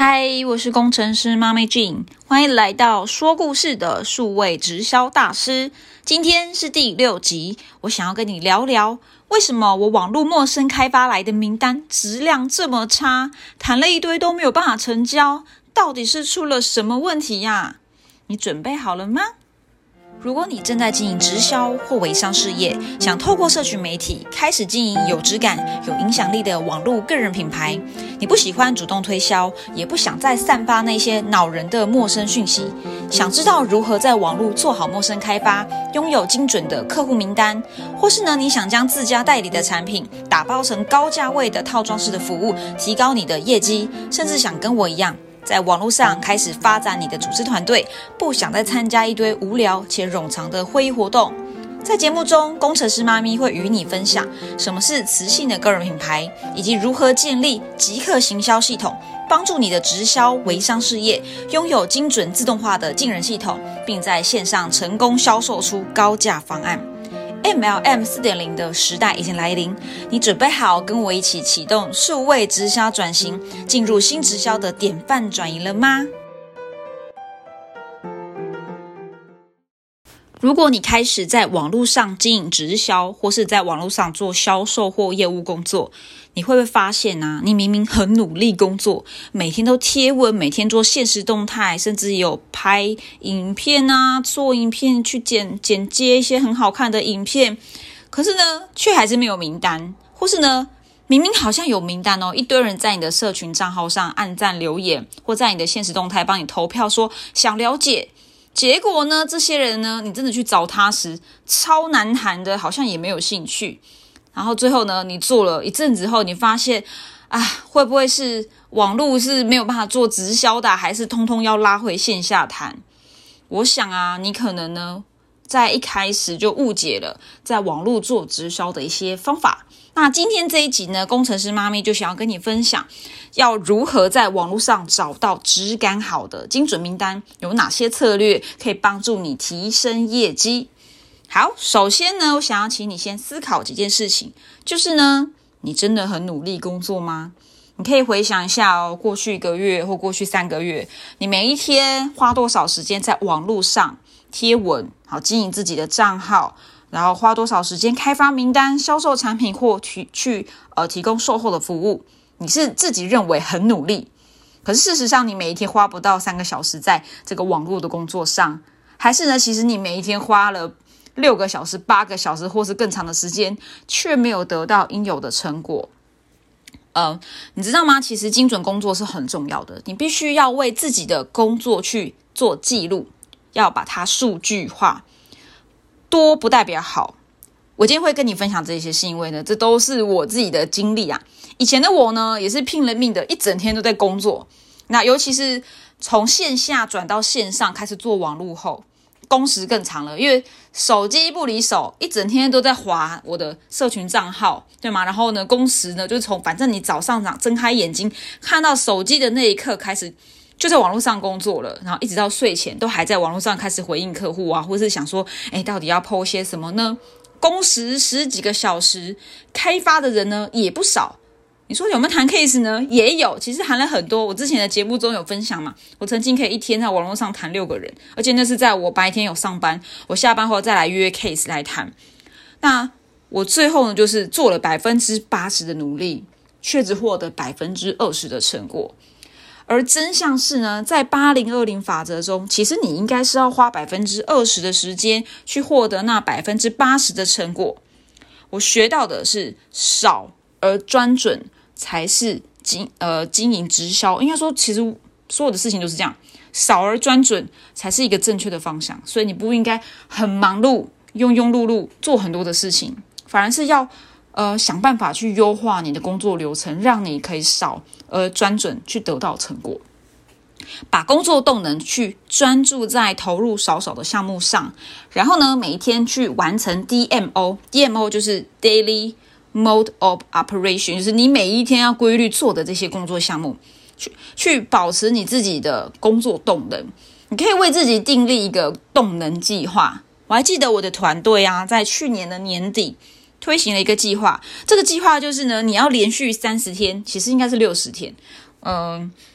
嗨，我是工程师妈咪 Jean， 欢迎来到说故事的数位直销大师。今天是第6集，我想要跟你聊聊，为什么我网络陌生开发来的名单质量这么差，谈了一堆都没有办法成交，到底是出了什么问题呀？你准备好了吗？如果你正在经营直销或微商事业，想透过社群媒体开始经营有质感、有影响力的网络个人品牌，你不喜欢主动推销，也不想再散发那些恼人的陌生讯息，想知道如何在网络做好陌生开发，拥有精准的客户名单，或是你想将自家代理的产品打包成高价位的套装式的服务，提高你的业绩，甚至想跟我一样在网络上开始发展你的组织团队，不想再参加一堆无聊且冗长的会议活动。在节目中，工程师妈咪会与你分享什么是磁性的个人品牌，以及如何建立即刻行销系统，帮助你的直销微商事业拥有精准自动化的进人系统，并在线上成功销售出高价方案。MLM 4.0 的时代已经来临，你准备好跟我一起启动数位直销转型，进入新直销的典范转移了吗？如果你开始在网络上经营直销，或是在网络上做销售或业务工作，你会不会发现你明明很努力工作，每天都贴文，每天做限时动态，甚至有拍影片做影片去剪接一些很好看的影片，可是却还是没有名单，或是明明好像有名单一堆人在你的社群账号上按赞留言，或在你的限时动态帮你投票说想了解，结果这些人你真的去找他时超难谈的，好像也没有兴趣。然后最后你做了一阵子后，你发现会不会是网络是没有办法做直销的，还是通通要拉回线下谈？我想你可能在一开始就误解了在网络做直销的一些方法。那今天这一集工程师妈咪就想要跟你分享，要如何在网络上找到质感好的精准名单，有哪些策略可以帮助你提升业绩。好，首先我想要请你先思考几件事情，就是你真的很努力工作吗？你可以回想一下过去1个月或过去3个月，你每一天花多少时间在网络上贴文，好经营自己的账号，然后花多少时间开发名单、销售产品或去提供售后的服务。你是自己认为很努力，可是事实上你每一天花不到3个小时在这个网络的工作上，还是其实你每一天花了6个小时、8个小时或是更长的时间，却没有得到应有的成果。你知道吗？其实精准工作是很重要的，你必须要为自己的工作去做记录，要把它数据化。多不代表好，我今天会跟你分享这些，是因为这都是我自己的经历以前的我也是拼了命的，一整天都在工作。那尤其是从线下转到线上开始做网络后，工时更长了，因为手机不离手，一整天都在滑我的社群账号，对吗？然后工时就是从反正你早上睁开眼睛看到手机的那一刻开始，就在网络上工作了，然后一直到睡前都还在网络上开始回应客户或是想说到底要 po 些什么呢？工时10几个小时，开发的人也不少。你说有没有谈 case 呢？也有，其实谈了很多。我之前的节目中有分享嘛，我曾经可以一天在网络上谈6个人，而且那是在我白天有上班，我下班后再来约 case 来谈。那我最后就是做了80%的努力，却只获得20%的成果。而真相是在80-20法则中，其实你应该是要花20%的时间去获得那80%的成果。我学到的是少而专准才是经营直销，应该说其实所有的事情都是这样，少而专准才是一个正确的方向。所以你不应该很忙碌庸庸碌碌做很多的事情，反而是要想办法去优化你的工作流程，让你可以少而专准去得到成果。把工作动能去专注在投入少少的项目上，然后每一天去完成 DMO 就是 Daily Mode of Operation， 就是你每一天要规律做的这些工作项目，去保持你自己的工作动能。你可以为自己订立一个动能计划。我还记得我的团队在去年的年底推行了一个计划，这个计划就是你要连续30天，其实应该是60天，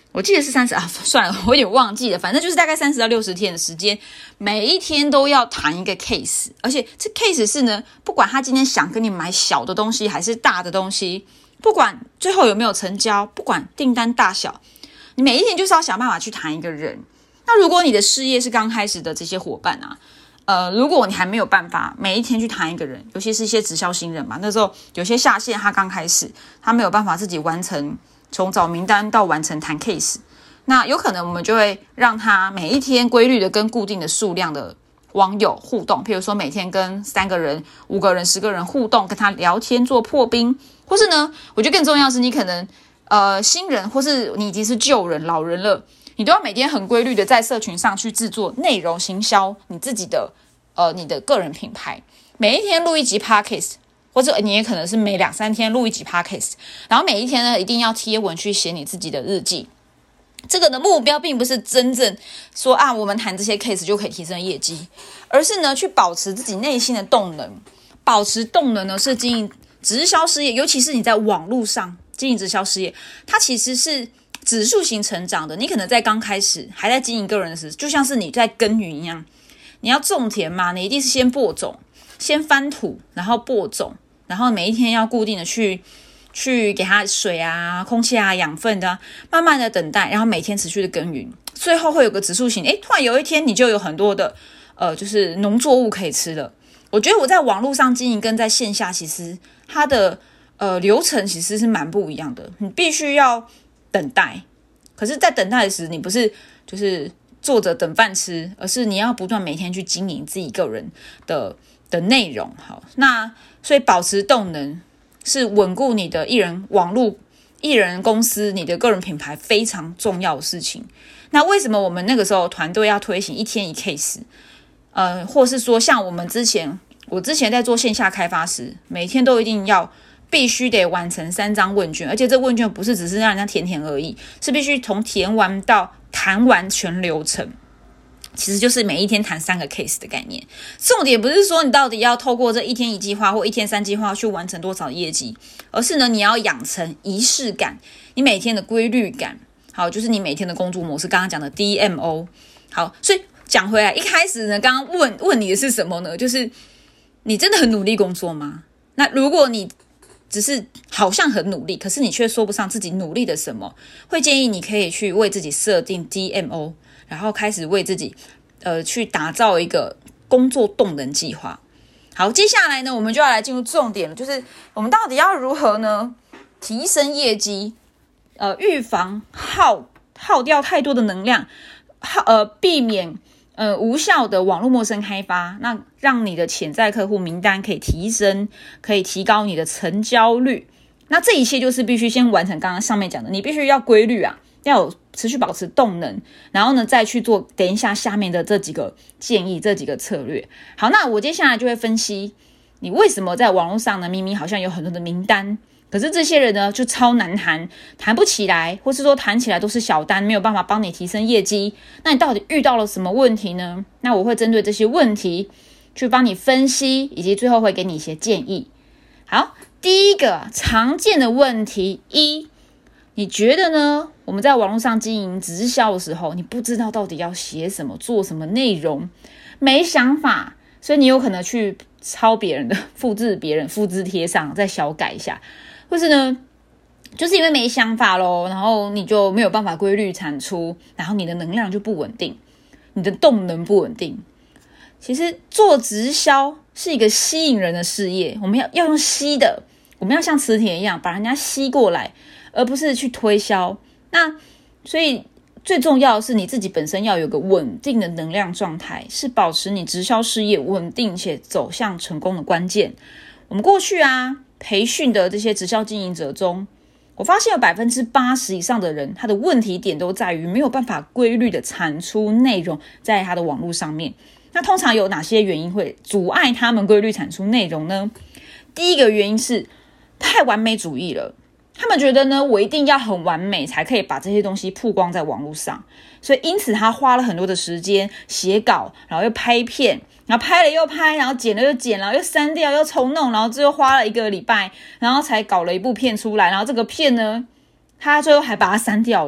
我记得是30算了，我有点忘记了，反正就是大概30到60天的时间，每一天都要谈一个 case， 而且这 case 是呢，不管他今天想跟你买小的东西还是大的东西，不管最后有没有成交，不管订单大小，你每一天就是要想办法去谈一个人。那如果你的事业是刚开始的这些伙伴啊，如果你还没有办法每一天去谈一个人，尤其是一些直销新人嘛，那时候有些下线他刚开始，他没有办法自己完成从找名单到完成谈 case， 那有可能我们就会让他每一天规律的跟固定的数量的网友互动，譬如说每天跟3个人、5个人、10个人互动，跟他聊天做破冰，或是呢，我觉得更重要的是你可能新人或是你已经是旧人老人了，你都要每天很规律的在社群上去制作内容行销你自己的你的个人品牌，每一天录一集 podcast， 或者你也可能是每2-3天录一集 podcast， 然后每一天呢一定要贴文去写你自己的日记。这个的目标并不是真正说我们谈这些 case 就可以提升业绩，而是呢去保持自己内心的动能。保持动能呢是经营直销事业，尤其是你在网络上经营直销事业，它其实是指数型成长的。你可能在刚开始还在经营个人的时候，就像是你在耕耘一样，你要种田嘛，你一定是先播种，先翻土，然后播种，然后每一天要固定的去给它水啊、空气啊、养分的慢慢的等待，然后每天持续的耕耘，最后会有个指数型，突然有一天你就有很多的就是农作物可以吃了。我觉得我在网络上经营跟在线下其实它的流程其实是蛮不一样的，你必须要等待，可是在等待时你不是就是坐着等饭吃，而是你要不断每天去经营自己个人的内容。好，那所以保持动能是稳固你的网络艺人公司你的个人品牌非常重要的事情。那为什么我们那个时候团队要推行1天1 case，或是说像我之前在做线下开发时，每天都一定必须得完成3张问卷，而且这问卷不是只是让人家填而已，是必须从填完到谈完全流程，其实就是每一天谈3个 case 的概念。重点不是说你到底要透过这1天1计划或1天3计划去完成多少业绩，而是呢你要养成仪式感，你每天的规律感，好，就是你每天的工作模式，刚刚讲的 DMO。 好，所以讲回来，一开始呢刚刚问你的是什么呢？就是你真的很努力工作吗？那如果你只是好像很努力，可是你却说不上自己努力的什么，会建议你可以去为自己设定 DMO， 然后开始为自己去打造一个工作动能计划。好，接下来呢我们就要来进入重点了，就是我们到底要如何呢提升业绩，预防耗掉太多的能量，避免无效的网络陌生开发，那让你的潜在客户名单可以提升，可以提高你的成交率。那这一切就是必须先完成刚刚上面讲的，你必须要规律要有持续保持动能，然后呢再去做等一下下面的这几个建议，这几个策略。好，那我接下来就会分析你为什么在网络上呢明明好像有很多的名单，可是这些人呢就超难谈不起来，或是说谈起来都是小单，没有办法帮你提升业绩。那你到底遇到了什么问题呢？那我会针对这些问题去帮你分析，以及最后会给你一些建议。好，第一个常见的问题你觉得呢？我们在网络上经营直销的时候，你不知道到底要写什么，做什么内容，没想法，所以你有可能去抄别人的，复制别人，复制贴上，再小改一下。或是呢就是因为没想法咯，然后你就没有办法规律产出，然后你的能量就不稳定，你的动能不稳定。其实做直销是一个吸引人的事业，我们要用吸的，我们要像磁铁一样把人家吸过来，而不是去推销。那所以最重要的是你自己本身要有个稳定的能量状态，是保持你直销事业稳定且走向成功的关键。我们过去培训的这些直销经营者中，我发现有 80% 以上的人，他的问题点都在于没有办法规律的产出内容在他的网络上面。那通常有哪些原因会阻碍他们规律产出内容呢？第一个原因是太完美主义了，他们觉得呢我一定要很完美才可以把这些东西曝光在网络上，所以因此他花了很多的时间写稿，然后又拍片，然后拍了又拍，然后剪了又剪，然后又删掉又重弄，然后最后花了1个礼拜，然后才搞了一部片出来，然后这个片呢他最后还把它删掉了，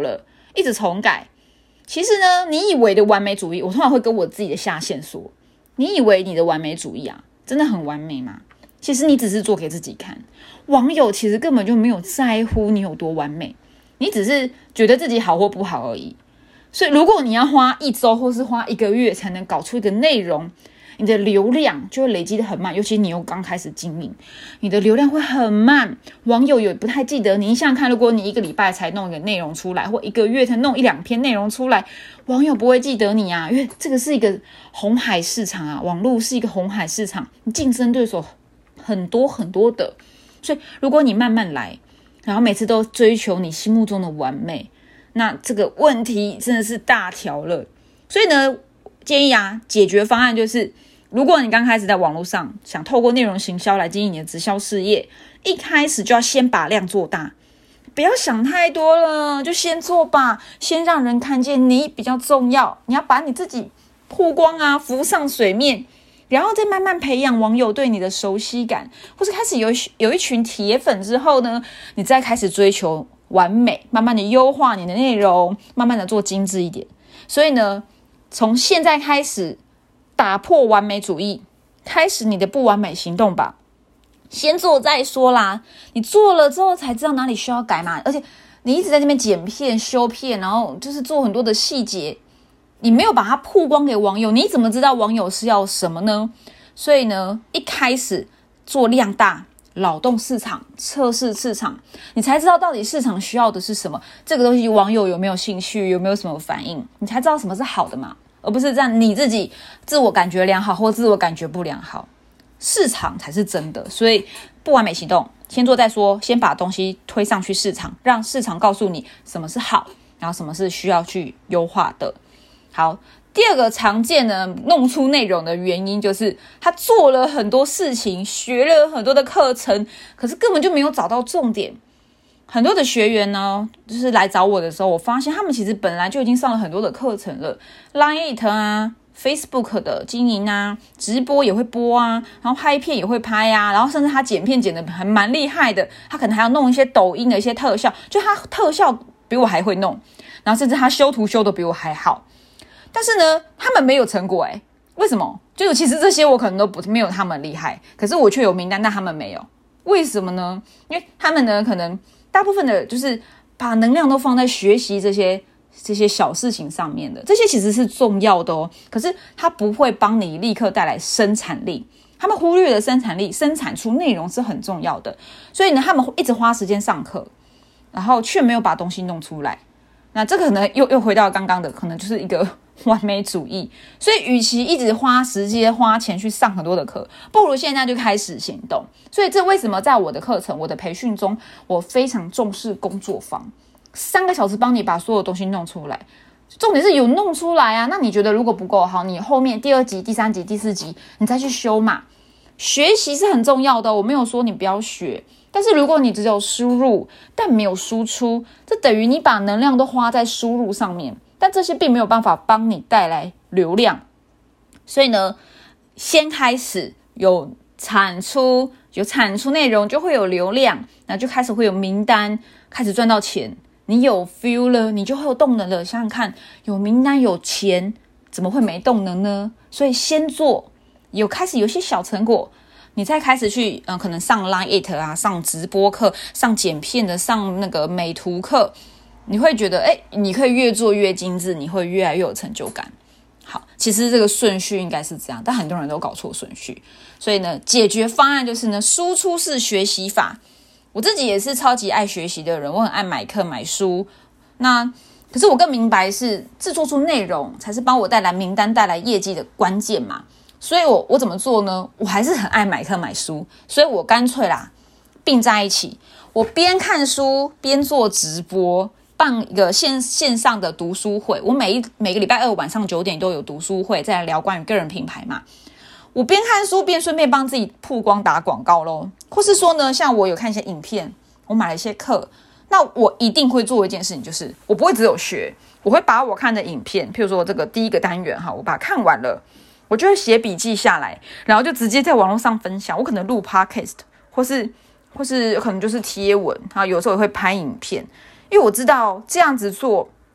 一直重改。其实呢，你以为的完美主义，我通常会跟我自己的下线说，你以为你的完美主义啊，真的很完美吗？其实你只是做给自己看，网友其实根本就没有在乎你有多完美，你只是觉得自己好或不好而已。所以如果你要花1周或是花1个月才能搞出一个内容，你的流量就会累积得很慢，尤其你又刚开始经营，你的流量会很慢，网友也不太记得你。你想想看，如果你1个礼拜才弄一个内容出来，或1个月才弄1-2篇内容出来，网友不会记得你啊，因为这个是一个红海市场啊，网络是一个红海市场，你竞争对手很多很多的。所以如果你慢慢来，然后每次都追求你心目中的完美，那这个问题真的是大条了。所以呢，建议啊，解决方案就是，如果你刚开始在网络上想透过内容行销来经营你的直销事业，一开始就要先把量做大，不要想太多了，就先做吧，先让人看见你比较重要。你要把你自己曝光啊，浮上水面，然后再慢慢培养网友对你的熟悉感，或是开始有一群铁粉之后呢，你再开始追求完美，慢慢的优化你的内容，慢慢的做精致一点。所以呢，从现在开始打破完美主义，开始你的不完美行动吧。先做再说啦，你做了之后才知道哪里需要改嘛。而且你一直在这边剪片修片，然后就是做很多的细节，你没有把它曝光给网友，你怎么知道网友是要什么呢？所以呢，一开始做量大，扰动市场，测试市场，你才知道到底市场需要的是什么，这个东西网友有没有兴趣，有没有什么反应，你才知道什么是好的嘛，而不是这样你自己自我感觉良好或自我感觉不良好，市场才是真的。所以不完美行动，先做再说，先把东西推上去市场，让市场告诉你什么是好，然后什么是需要去优化的。好，第二个常见的弄出内容的原因就是他做了很多事情，学了很多的课程，可是根本就没有找到重点。很多的学员呢，就是来找我的时候，我发现他们其实本来就已经上了很多的课程了， Line 啊 Facebook 的经营啊，直播也会播啊，然后拍片也会拍啊，然后甚至他剪片剪得还蛮厉害的，他可能还要弄一些抖音的一些特效，就他特效比我还会弄，然后甚至他修图修得比我还好。但是呢，他们没有成果为什么？就是其实这些我可能都没有他们厉害，可是我却有名单，但他们没有。为什么呢？因为他们呢，可能大部分的就是把能量都放在学习这些小事情上面的，这些其实是重要的可是它不会帮你立刻带来生产力。他们忽略了生产力，生产出内容是很重要的。所以呢，他们一直花时间上课，然后却没有把东西弄出来。那这可能又回到刚刚的，可能就是一个完美主义。所以与其一直花时间花钱去上很多的课，不如现在就开始行动。所以这为什么在我的课程我的培训中，我非常重视工作坊，3个小时帮你把所有东西弄出来。重点是有弄出来啊，那你觉得如果不够好，你后面第2集第3集第4集你再去修嘛。学习是很重要的，我没有说你不要学，但是如果你只有输入但没有输出，这等于你把能量都花在输入上面，但这些并没有办法帮你带来流量。所以呢，先开始有产出内容，就会有流量，那就开始会有名单，开始赚到钱。你有 feel 了，你就会有动能了。想想看，有名单有钱，怎么会没动能呢？所以先做，开始有些小成果，你再开始去可能上 Line 啊，上直播课，上剪片的，上那个美图课，你会觉得你可以越做越精致，你会越来越有成就感。好，其实这个顺序应该是这样，但很多人都搞错顺序。所以呢，解决方案就是呢，输出式学习法。我自己也是超级爱学习的人，我很爱买课买书。可是我更明白是制作出内容才是帮我带来名单带来业绩的关键嘛。所以我怎么做呢？我还是很爱买课买书，所以我干脆并在一起，我边看书边做直播，办一个线上的读书会。我每个礼拜2晚上9点都有读书会，再来聊关于个人品牌嘛。我边看书边顺便帮自己曝光打广告咯，或是说呢，像我有看一些影片，我买了一些课，那我一定会做一件事情，就是我不会只有学，我会把我看的影片，譬如说这个第1个单元我把它看完了，我就会写笔记下来，然后就直接在网络上分享。我可能录 podcast 或是可能就是贴文，有时候也会拍影片，因为我知道这样子做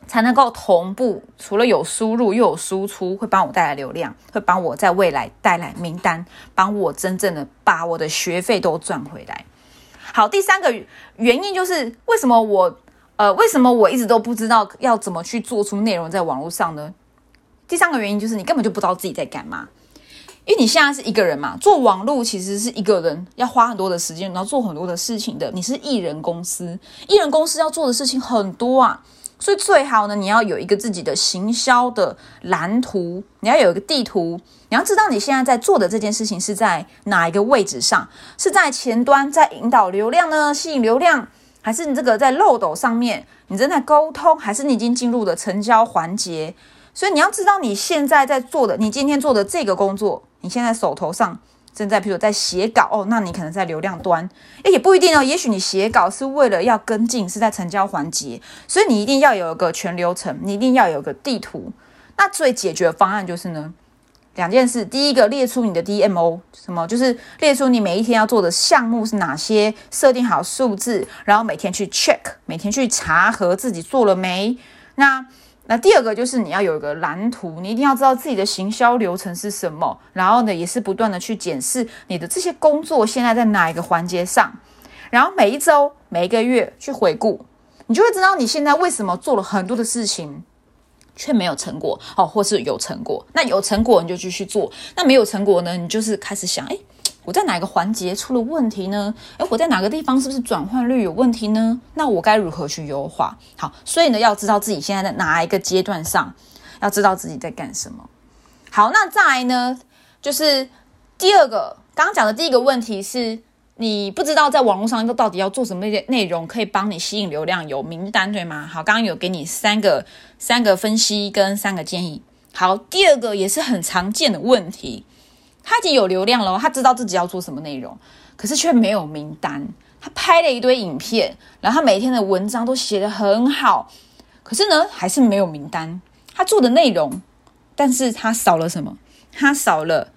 才能够同步，除了有输入又有输出，会帮我带来流量，会帮我在未来带来名单，帮我真正的把我的学费都赚回来。好，第三个原因就是为什么我一直都不知道要怎么去做出内容在网络上呢？第三个原因就是你根本就不知道自己在干嘛。因为你现在是一个人嘛，做网络其实是一个人要花很多的时间，然后做很多的事情的。你是艺人公司，艺人公司要做的事情很多啊，所以最好呢，你要有一个自己的行销的蓝图，你要有一个地图，你要知道你现在在做的这件事情是在哪一个位置上，是在前端在引导流量呢，吸引流量，还是你这个在漏斗上面你正在沟通，还是你已经进入了成交环节。所以你要知道你现在在做的，你今天做的这个工作，你现在手头上正在比如在写稿那你可能在流量端，也不一定也许你写稿是为了要跟进，是在成交环节，所以你一定要有一个全流程，你一定要有一个地图。那最解决的方案就是呢2件事，第一个列出你的 DMO， 什么就是列出你每一天要做的项目是哪些，设定好数字，然后每天去 check， 每天去查核自己做了没。那第二个就是你要有一个蓝图，你一定要知道自己的行销流程是什么，然后呢也是不断的去检视你的这些工作现在在哪一个环节上，然后每一周每一个月去回顾，你就会知道你现在为什么做了很多的事情却没有成果或是有成果。那有成果你就继续做，那没有成果呢，你就是开始想我在哪个环节出了问题呢？我在哪个地方是不是转换率有问题呢？那我该如何去优化？好，所以呢，要知道自己现在在哪一个阶段上，要知道自己在干什么。好，那再来呢，就是第二个，刚刚讲的第一个问题是你不知道在网络上到底要做什么内容可以帮你吸引流量，有名单对吗？好，刚刚有给你三个分析跟3个建议。好，第二个也是很常见的问题。他已经有流量了，他知道自己要做什么内容，可是却没有名单。他拍了一堆影片，然后他每天的文章都写得很好，可是呢还是没有名单。他做的内容，但是他少了什么？他少了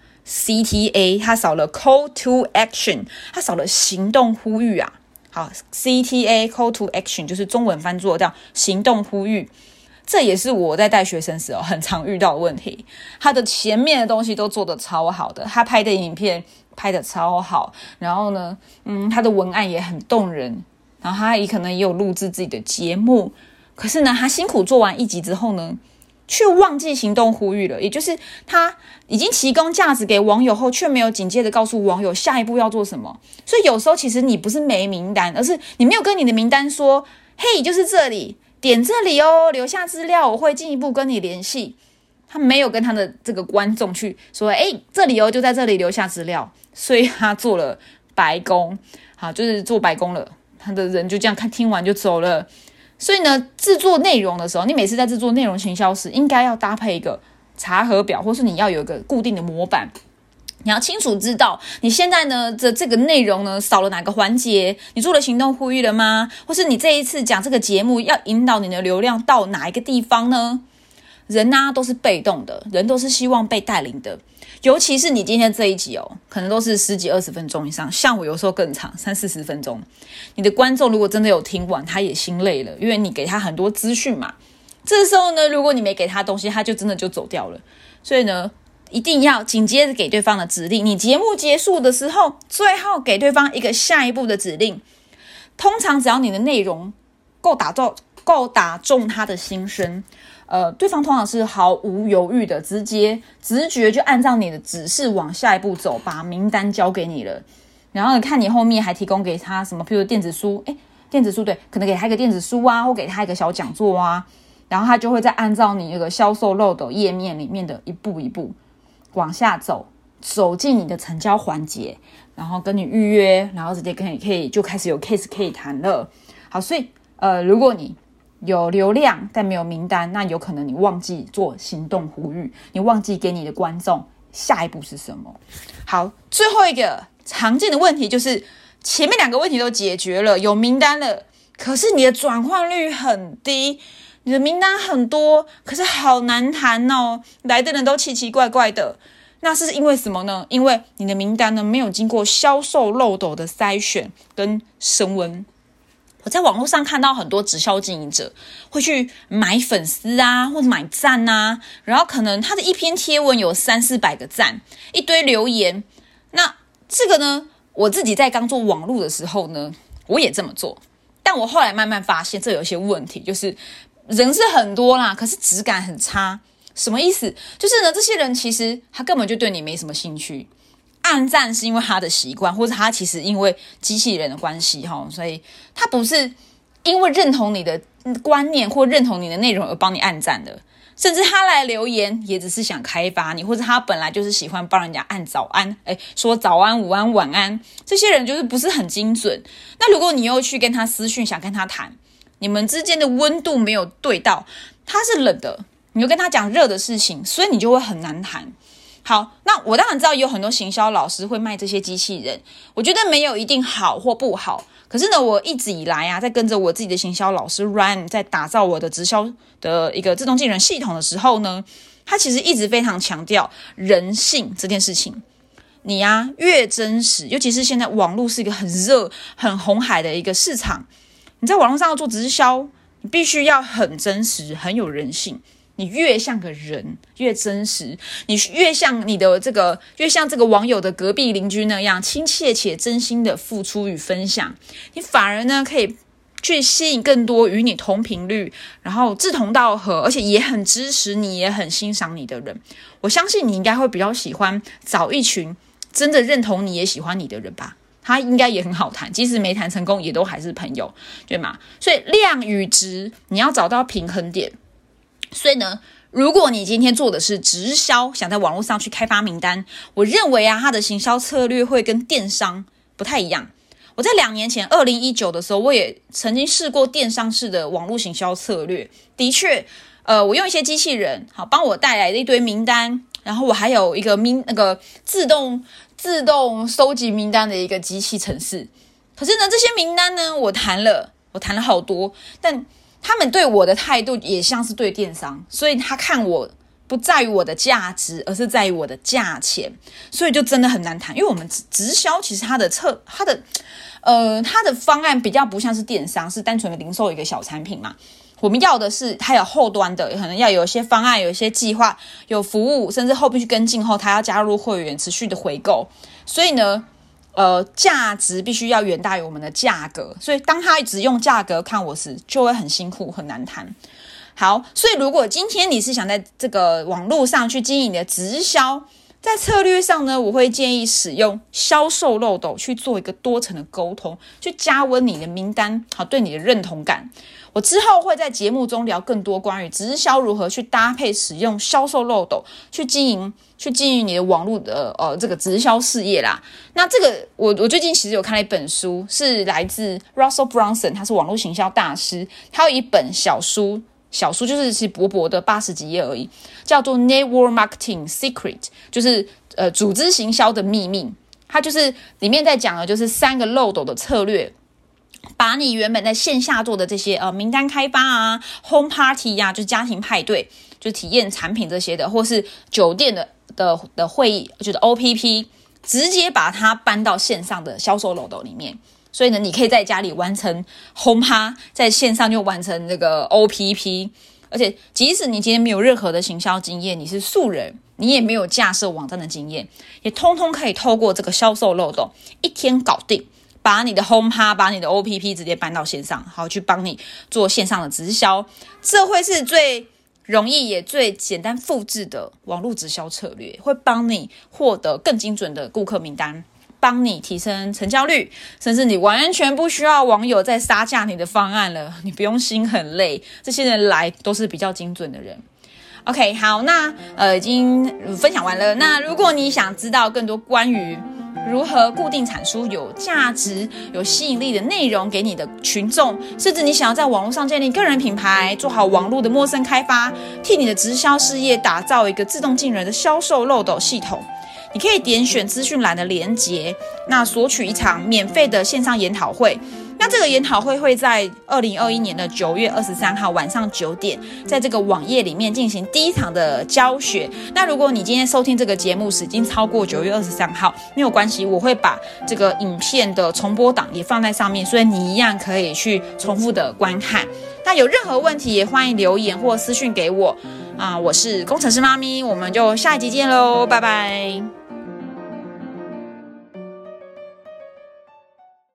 CTA， 他少了 Call to Action， 他少了行动呼吁啊。好 ，CTA Call to Action 就是中文翻作叫行动呼吁。这也是我在带学生时很常遇到的问题。他的前面的东西都做得超好的，他拍的影片拍得超好，然后呢，他的文案也很动人，然后他也可能也有录制自己的节目。可是呢，他辛苦做完1集之后呢，却忘记行动呼吁了，也就是他已经提供价值给网友后，却没有紧接着告诉网友下一步要做什么。所以有时候其实你不是没名单，而是你没有跟你的名单说，嘿，就是这里。点这里留下资料，我会进一步跟你联系。他没有跟他的这个观众去说，这里就在这里留下资料，所以他做了白工，好，就是做白工了。他的人就这样听完就走了。所以呢，制作内容的时候，你每次在制作内容行销时，应该要搭配一个查核表，或是你要有一个固定的模板。你要清楚知道你现在呢这个内容呢少了哪个环节，你做了行动呼吁了吗？或是你这一次讲这个节目要引导你的流量到哪一个地方呢？人都是被动的，人都是希望被带领的，尤其是你今天这一集可能都是10几20分钟以上，像我有时候更长30-40分钟。你的观众如果真的有听完，他也心累了，因为你给他很多资讯嘛。这时候呢，如果你没给他东西，他就真的就走掉了。所以呢，一定要紧接着给对方的指令，你节目结束的时候，最后给对方一个下一步的指令。通常只要你的内容够打中他的心声，对方通常是毫无犹豫的直觉就按照你的指示往下一步走，把名单交给你了。然后看你后面还提供给他什么，譬如电子书，对，可能给他一个电子书啊，或给他一个小讲座啊，然后他就会再按照你那个销售漏斗页面里面的一步一步往下走进你的成交环节，然后跟你预约，然后直接可以就开始有 case 可以谈了。好，所以如果你有流量但没有名单，那有可能你忘记做行动呼吁，你忘记给你的观众下一步是什么。好，最后一个常见的问题就是前面2个问题都解决了，有名单了，可是你的转换率很低，你的名单很多，可是好难谈来的人都奇奇怪怪的。那是因为什么呢？因为你的名单呢没有经过销售漏斗的筛选跟升温。 我在网络上看到很多直销经营者会去买粉丝啊，或者买赞啊，然后可能他的一篇贴文有300-400个赞，一堆留言。那这个呢，我自己在刚做网络的时候呢，我也这么做，但我后来慢慢发现这有一些问题，就是人是很多啦，可是质感很差。什么意思？就是呢，这些人其实他根本就对你没什么兴趣，按赞是因为他的习惯，或者他其实因为机器人的关系，所以他不是因为认同你的观念或认同你的内容而帮你按赞的，甚至他来留言也只是想开发你，或者他本来就是喜欢帮人家按早安，说早安、午安、晚安，这些人就是不是很精准。那如果你又去跟他私讯想跟他谈，你们之间的温度没有对到，他是冷的，你就跟他讲热的事情，所以你就会很难谈。好，那我当然知道有很多行销老师会卖这些机器人，我觉得没有一定好或不好。可是呢，我一直以来啊，在跟着我自己的行销老师 Ryan 在打造我的直销的一个自动进人系统的时候呢，他其实一直非常强调人性这件事情。你啊，越真实，尤其是现在网络是一个很热、很红海的一个市场，你在网络上要做直销，你必须要很真实、很有人性。你越像个人，越真实，你越像越像这个网友的隔壁邻居那样亲切且真心的付出与分享，你反而呢可以去吸引更多与你同频率，然后志同道合，而且也很支持你，也很欣赏你的人。我相信你应该会比较喜欢找一群真的认同你也喜欢你的人吧，他应该也很好谈，即使没谈成功也都还是朋友，对吗？所以量与质你要找到平衡点。所以呢，如果你今天做的是直销，想在网络上去开发名单，我认为啊，它的行销策略会跟电商不太一样。我在2年前2019的时候，我也曾经试过电商式的网络行销策略。的确，我用一些机器人，好帮我带来了一堆名单，然后我还有一个自动收集名单的一个机器程式。可是呢，这些名单呢，我谈了好多，但他们对我的态度也像是对电商，所以他看我不在于我的价值，而是在于我的价钱，所以就真的很难谈。因为我们直销其实它的方案比较不像是电商，是单纯的零售一个小产品嘛。我们要的是它有后端的，可能要有一些方案，有一些计划，有服务，甚至后续跟进后，他要加入会员，持续的回购。所以呢，价值必须要远大于我们的价格，所以当他只用价格看我时，就会很辛苦，很难谈。好，所以如果今天你是想在这个网络上去经营你的直销，在策略上呢，我会建议使用销售漏斗去做一个多层的沟通，去加温你的名单，好，对你的认同感。我之后会在节目中聊更多关于直销如何去搭配使用销售漏斗去经营你的网络的这个直销事业啦。那这个我最近其实有看了一本书，是来自 Russell Brunson， 他是网络行销大师，他有一本小书就是其实薄薄的80几页而已，叫做 Network Marketing Secret， 就是组织行销的秘密。它就是里面在讲的就是3个漏斗的策略，把你原本在线下做的这些名单开发啊、home party 啊，就是家庭派对，就体验产品这些的，或是酒店的会议，就是 OPP， 直接把它搬到线上的销售漏斗里面。所以呢，你可以在家里完成 home party， 在线上就完成这个 OPP。而且即使你今天没有任何的行销经验，你是素人，你也没有架设网站的经验，也通通可以透过这个销售漏斗1天搞定，把你的 home party， 把你的 OPP 直接搬到线上，好去帮你做线上的直销。这会是最容易也最简单复制的网络直销策略，会帮你获得更精准的顾客名单，帮你提升成交率，甚至你完全不需要网友再杀价你的方案了，你不用心很累，这些人来都是比较精准的人。OK， 好，那已经分享完了。那如果你想知道更多关于如何固定产出有价值、有吸引力的内容给你的群众，甚至你想要在网络上建立个人品牌，做好网络的陌生开发，替你的直销事业打造一个自动进人的销售漏斗系统，你可以点选资讯栏的连结，那索取一场免费的线上研讨会。 那这个研讨会会在2021年的9月23号晚上9点，在这个网页里面进行第一场的教学。那如果你今天收听这个节目时已经超过9月23号，没有关系，我会把这个影片的重播档也放在上面，所以你一样可以去重复的观看。那有任何问题也欢迎留言或私讯给我我是工程师妈咪，我们就下一集见喽，拜拜。